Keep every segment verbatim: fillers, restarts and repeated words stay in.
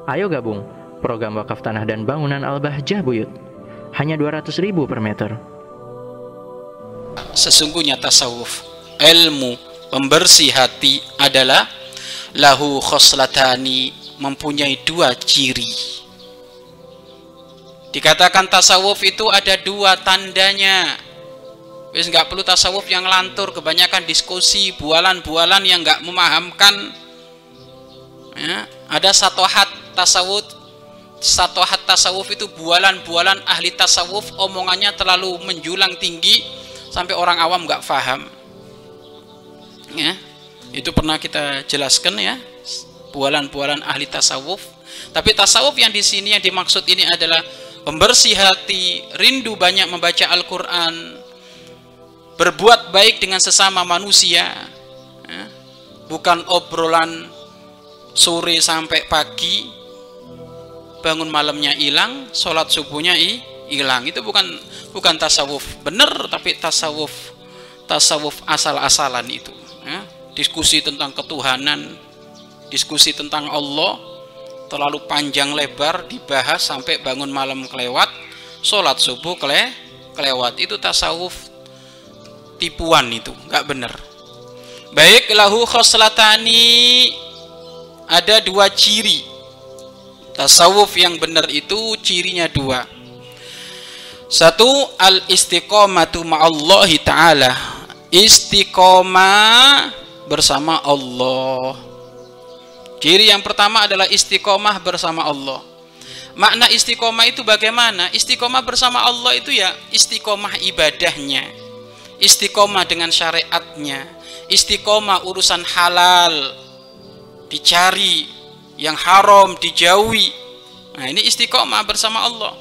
Ayo gabung program wakaf tanah dan bangunan Al-Bahjah Buyut. Hanya dua ratus ribu per meter. Sesungguhnya tasawuf, ilmu pembersih hati adalah lahu khoslatani, mempunyai dua ciri. Dikatakan tasawuf itu ada dua tandanya. Wis nggak perlu tasawuf yang lantur, kebanyakan diskusi, bualan-bualan yang nggak memahamkan. Ya, ada satohat tasawuf, satohat tasawuf itu bualan-bualan ahli tasawuf, omongannya terlalu menjulang tinggi sampai orang awam nggak paham. Ya, itu pernah kita jelaskan ya, bualan-bualan ahli tasawuf. Tapi tasawuf yang di sini yang dimaksud ini adalah pembersih hati, rindu banyak membaca Al-Quran, berbuat baik dengan sesama manusia, ya, bukan obrolan sore sampai pagi, bangun malamnya hilang, sholat subuhnya hilang. Itu bukan bukan tasawuf bener, tapi tasawuf tasawuf asal-asalan itu. Ya. Diskusi tentang ketuhanan, diskusi tentang Allah terlalu panjang lebar dibahas sampai bangun malam kelewat, sholat subuh kele kelewat. Itu tasawuf tipuan, itu nggak benar. Baik, lahu khoslatani, ada dua ciri. Tasawuf yang benar itu cirinya dua. Satu, al istiqomatu ma'allahi ta'ala, istiqomah bersama Allah. Ciri yang pertama adalah istiqomah bersama Allah. Makna istiqomah itu bagaimana? Istiqomah bersama Allah itu ya istiqomah ibadahnya, istiqomah dengan syariatnya, istiqomah urusan halal dicari, yang haram dijauhi. Nah, ini istiqomah bersama Allah.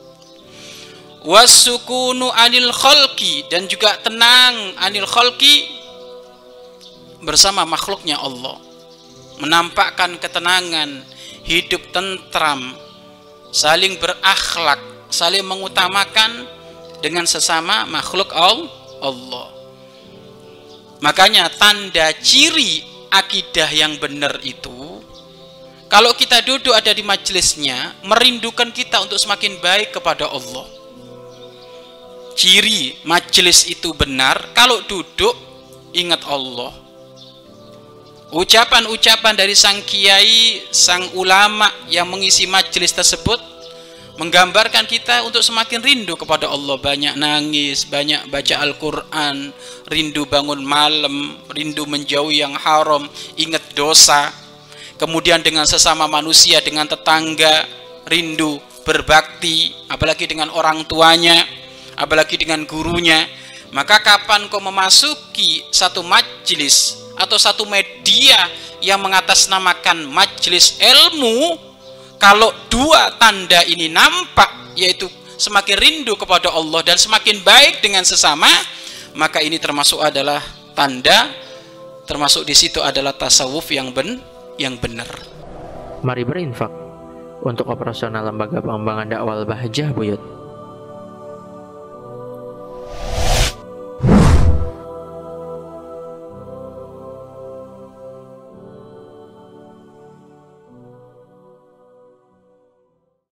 Wasukunu anil khalqi, dan juga tenang anil khalqi, bersama makhluknya Allah, menampakkan ketenangan, hidup tentram, saling berakhlak, saling mengutamakan dengan sesama makhluk Allah. Makanya tanda ciri akidah yang benar itu, kalau kita duduk ada di majelisnya, merindukan kita untuk semakin baik kepada Allah. Ciri majelis itu benar kalau duduk ingat Allah. Ucapan-ucapan dari sang kiai, sang ulama yang mengisi majelis tersebut menggambarkan kita untuk semakin rindu kepada Allah, banyak nangis, banyak baca Al-Quran, rindu bangun malam, rindu menjauhi yang haram, ingat dosa. Kemudian dengan sesama manusia, dengan tetangga, rindu berbakti, apalagi dengan orang tuanya, apalagi dengan gurunya. Maka kapan kau memasuki satu majelis atau satu media yang mengatasnamakan majelis ilmu, kalau dua tanda ini nampak, yaitu semakin rindu kepada Allah dan semakin baik dengan sesama, maka ini termasuk adalah tanda, termasuk di situ adalah tasawuf yang ben, yang benar. Mari berinfak untuk operasional lembaga pengembangan dakwah Al-Bahjah Buyut.